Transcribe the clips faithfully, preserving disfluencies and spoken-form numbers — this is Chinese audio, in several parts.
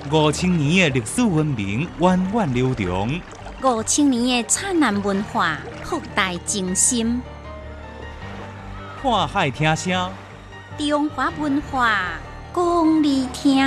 五千年的历史文明源远流长， 五千年的灿烂文化博大精深。 看海听声， 中华文化讲你听。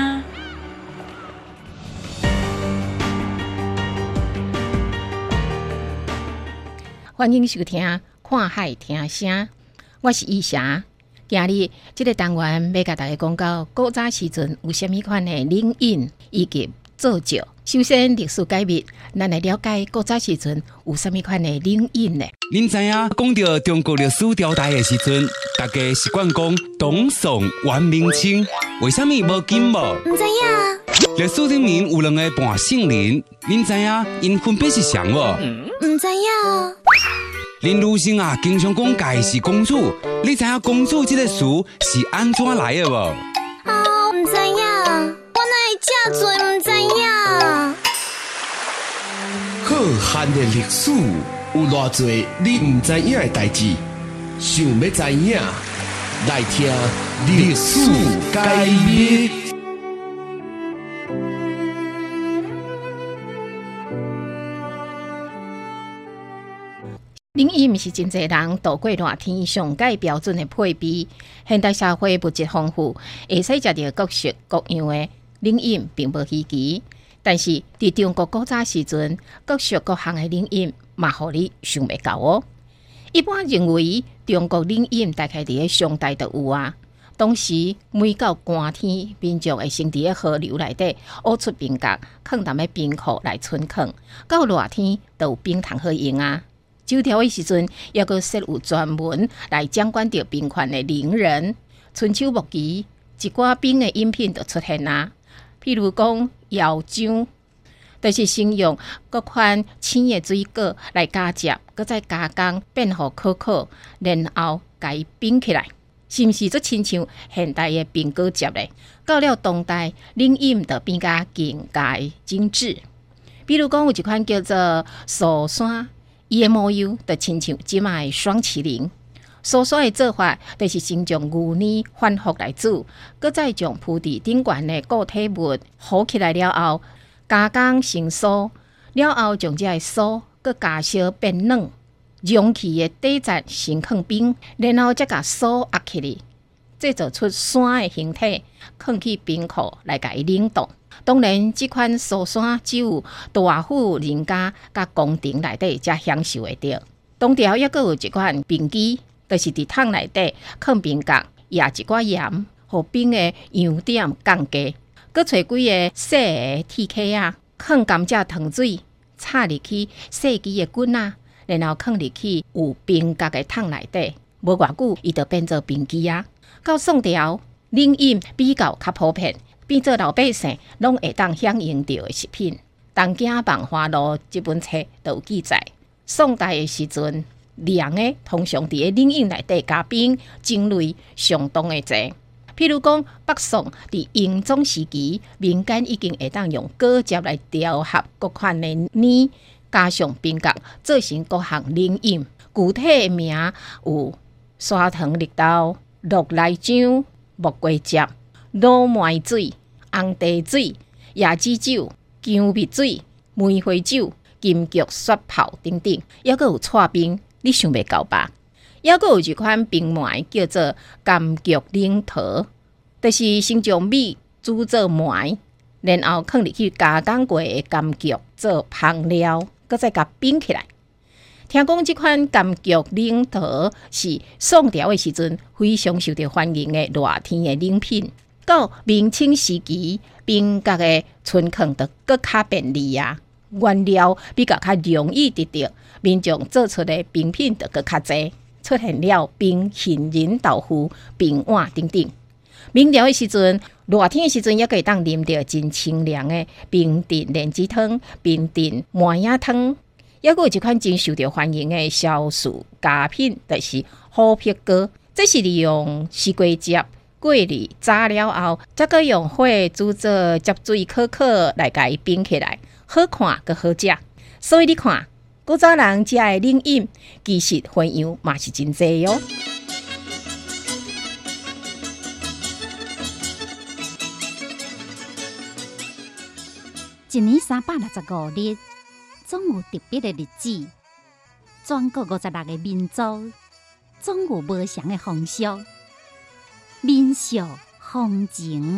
欢迎收听《看海听声》，我是伊霞。今日这个单元要甲大家讲到古早时阵有虾米款的冷饮以及做酒。首先，历史解密，咱来了解古早时阵有虾米款的冷饮呢？ 您知影讲到中国历史朝代的时阵，大家习惯讲东宋元明清，为什么无金无？ 唔知影。 历史里面有两个半圣人，您知影因分别是谁无？ 唔知影。 林如生啊，经常讲家是公主，你知影公主这个词是安怎来的无？ 哦，唔知影，我哪会这多唔知影？ 浩瀚的历史有偌多你唔知影的代志，想要知影，来听历史解密。 冷饮是真侪人度过热天上界标准的配备。现代社会物质丰富，会使食到各式各样的冷饮，并无稀奇。但是伫中国古早时阵，各式各项的冷饮嘛，互你想袂到哦。一般认为，中国冷饮大概伫个上代就有啊。当时每到寒天，民众会先伫个河流内底挖出冰角，放淡个冰库来存放。到热天，就有冰通好用啊。酒调的时阵，也阁设有专门来掌管着冰款的伶人。春秋末期，一寡冰的饮品就出现啦，譬如讲药浆，就是先用各款青的水果来加汁，搁再加工变互可可，然后甲伊冰起来，是毋是足亲像现代的冰果汁咧？到了当代，冷饮就变甲更加精致。比如讲有一款叫做寿山。伊的模样就亲像即卖双麒麟，酥酥的做法就是先将牛奶反复来煮，搁再将铺伫顶悬的固体物糊起来了后，加工成酥，了后将这个酥搁加烧变软，容器的底层先放冰，然后再甲酥压起来，制作出山的形体，放去冰库来甲伊冷冻。当然，这款寿山只有大户人家甲宫廷内底才享受会到。当条也阁有一款冰机，就是伫桶内底放冰角，压一寡盐，互冰的样点降低。阁找几个细的铁壳啊，放甘蔗糖水，插入去细支的棍啊，然后放入去有冰角的桶内底，无偌久，伊就变做冰机啊。到宋朝，冷饮比较较普遍。变做老百姓拢会当享用到的食品，《东京万花录》这本册都有记载。宋代的时阵，凉的通常伫个冷饮内底加冰，种类相当的多。譬如讲，北宋伫英宗时期，民间已经会当用果汁来调合各款的奶，加上冰角，做成各项冷饮。具体的名有砂糖绿豆、鹿奶浆、木瓜汁。老麦水、红茶水、椰子酒、姜蜜水、梅花酒、金桔雪泡等等，还阁有搓冰，你想袂到吧？还阁有一款冰糜叫做柑橘冷桃，就是先将米煮做糜，然后放入去加工过的柑橘做香料，搁再甲冰起来。听讲这款柑橘冷桃是宋朝的时阵非常受到欢迎的热天的冷品。到明清时期，冰角的存放就更加便利啊，原料比较较容易得到，民众做出的冰品就更较多，出现了冰杏仁豆腐、冰碗等等。明朝的时阵，热天的时阵也可以当啉到真清凉的冰镇莲子汤、冰镇麻叶汤，也有一款真受到欢迎的消暑佳品，就是虎皮糕，这是利用西瓜汁。过滤炸了后，再个用火煮做汁水可可来甲伊冰起来，好看佮好食。所以你看，古早人食的冷饮，其实花样嘛是真济哟。 一年三百六十五日，总有特别的日子。全国五十六个民族，总有不同的风俗、民俗、风情。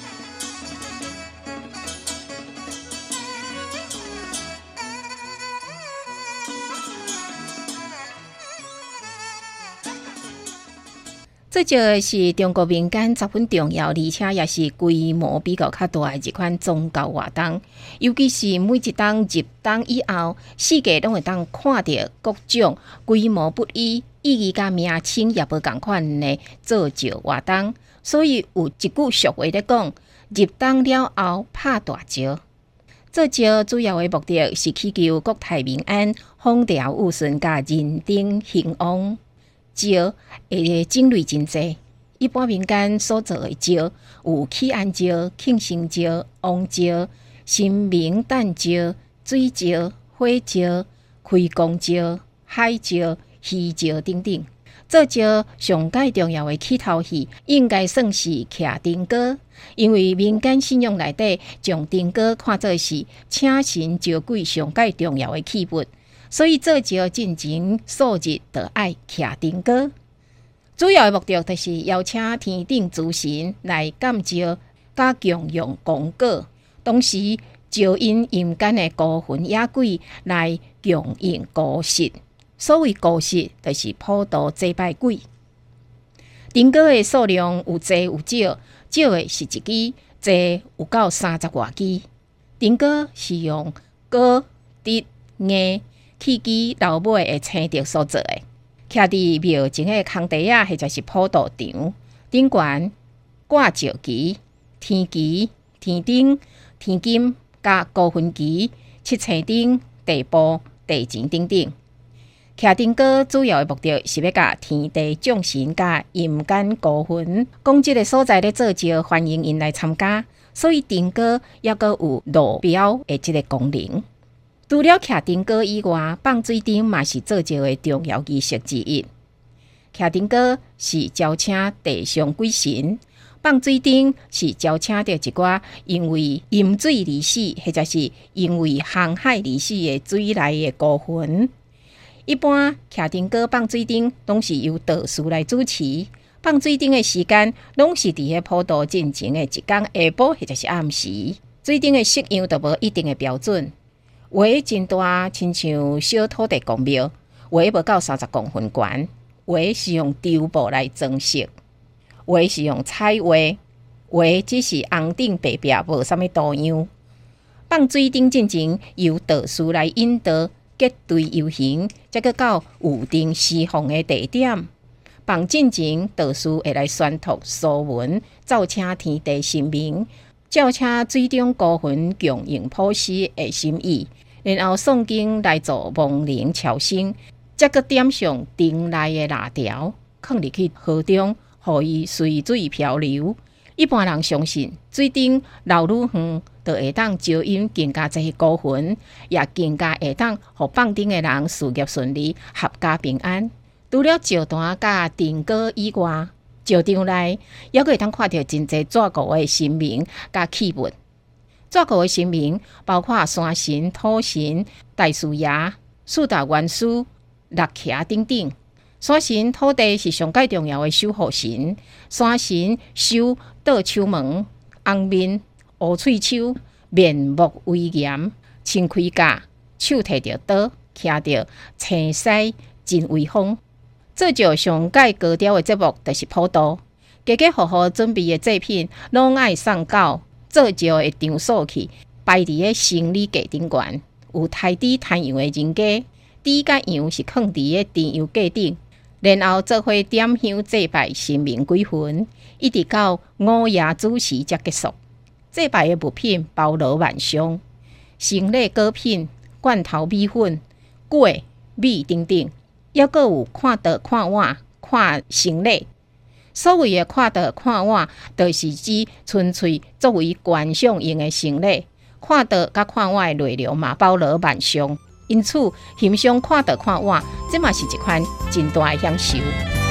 这就是中国民间十分重要，而且也是规模比较较大的一款宗教活动。尤其是每一档入冬以后，世界拢会当看到各种规模不一、意义甲名称也无同款的造就活动。所以有一句俗话咧讲：入冬了后拍大招。造招主要的目的是祈求国泰民安、风调雨顺甲人丁兴旺。招会种类真济，一般民间所做的招有祈安招、庆生招、王招、神明诞招、水招、火招、开工招、海招、鱼招等等。做招上界重要的起头戏，应该算是徛灯歌，因为民间信仰内底将灯歌看作是请神招鬼上界重要的器物。所以做招进前数日就爱徛灯歌，主要的目的就是邀请天顶诸神来感召甲供养功果，同时招引阴间的孤魂野鬼来供应孤神。所谓孤神，就是普渡祭拜鬼。灯歌的数量有多有少，少的是一支，多有到三十外支。灯歌是用果、竹、叶、铁枝、老尾的青竹所做的，徛伫庙前的空地啊，或者是普渡场顶悬挂石旗、天旗、天顶、天金、甲孤魂旗、七星灯、地布、地钱等等。徛灯歌主要的目的是要甲天地众神甲阴间孤魂，讲即个所在咧做招，欢迎因来参加。所以灯歌也阁有路标的即个功能。除了徛灯歌以外，放水灯嘛是做招的重要仪式之一。徛灯歌是招请地上鬼神，放水灯是招请到一寡因为淹水而死，或者是因为航海而死的水内的孤魂。一般徛灯歌放水灯拢是由道士来主持，放水灯的时间拢是伫咧普渡进前的一天下晡或者是暗时。水灯的式样就无一定的标准。画真大，亲像小土地公庙，画无到三十公分悬。画是用丢布来装饰，画是用彩画，画只是红顶白壁，无啥物多样。放水灯进前，由道士来引导结队游行，再个到有定释放的地点。放进前，道士会来宣读书文，奏请天地神明，照请水中孤魂供应普施的心意。然后诵经来做亡灵超生，再个点上灯内的蜡条，放入去河中，予伊随水漂流。一般人相信，水灯流愈远，就会当招引更加侪孤魂，也更加会当互放灯的人事业顺利、阖家平安。除了石段甲灯果以外，石场内也会当看到真侪纸糊的神明甲器物。纸糊的神明包括山神、土神、大士爷、四大元师、六徛等等。山神、土地是上界重要的守护神。山神守倒手门、红面、乌喙手，面目威严，身盔甲，手提着刀，徛着青狮，真威风。做着上界高调的节目，就是普渡。家家户户准备的祭品，拢爱送到做招的场所去，摆伫咧生理架顶悬，有台底摊羊的人家，底甲羊是放伫咧甜油架顶，然后做伙点香祭拜神明鬼魂，一直到午夜子时才结束。祭拜的物品包罗万象，生礼果品、罐头米粉、粿、米等等，还佫有看刀、看碗、看生礼。所谓的看刀看碗，就是指纯粹作为观赏用的生礼。看刀甲看碗的内容嘛包罗万象，因此欣赏看刀看碗，这嘛是一款真大的享受。